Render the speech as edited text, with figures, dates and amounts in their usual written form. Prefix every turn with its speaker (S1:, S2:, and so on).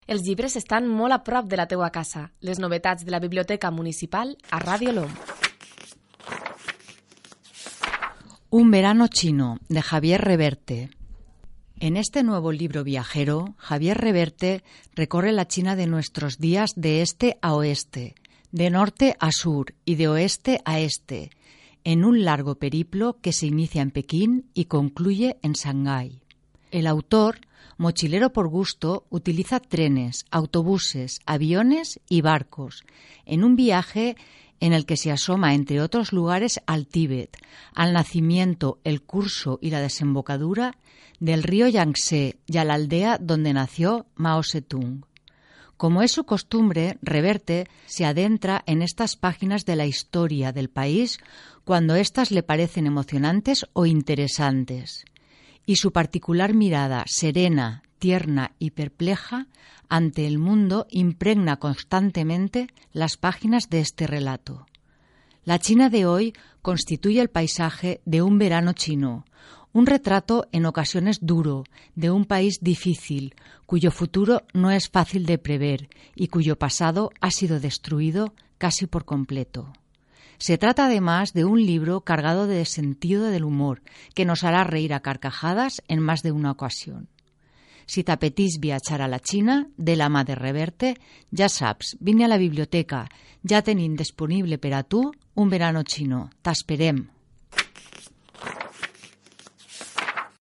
S1: Els llibres estan molt a prop de la teua casa. Les novetats de la Biblioteca Municipal a Radio LOM.
S2: Un verano chino, de Javier Reverte. En este nuevo libro viajero, Javier Reverte recorre la China de nuestros días de este a oeste, de norte a sur y de oeste a este, en un largo periplo que se inicia en Pekín y concluye en Shanghái. El autor, mochilero por gusto, utiliza trenes, autobuses, aviones y barcos en un viaje en el que se asoma, entre otros lugares, al Tíbet, al nacimiento, el curso y la desembocadura del río Yangtze y a la aldea donde nació Mao Zedong. Como es su costumbre, Reverte se adentra en estas páginas de la historia del país cuando éstas le parecen emocionantes o interesantes, y su particular mirada serena, tierna y perpleja ante el mundo impregna constantemente las páginas de este relato. La China de hoy constituye el paisaje de un verano chino, un retrato en ocasiones duro de un país difícil, cuyo futuro no es fácil de prever y cuyo pasado ha sido destruido casi por completo. Se trata además de un libro cargado de sentido del humor que nos hará reír a carcajadas en más de una ocasión. Si t'apetís viatjar a la Xina, de la mà de Reverte, ja saps, vine a la biblioteca, ja tenim disponible per a tu un verano chino. T'esperem!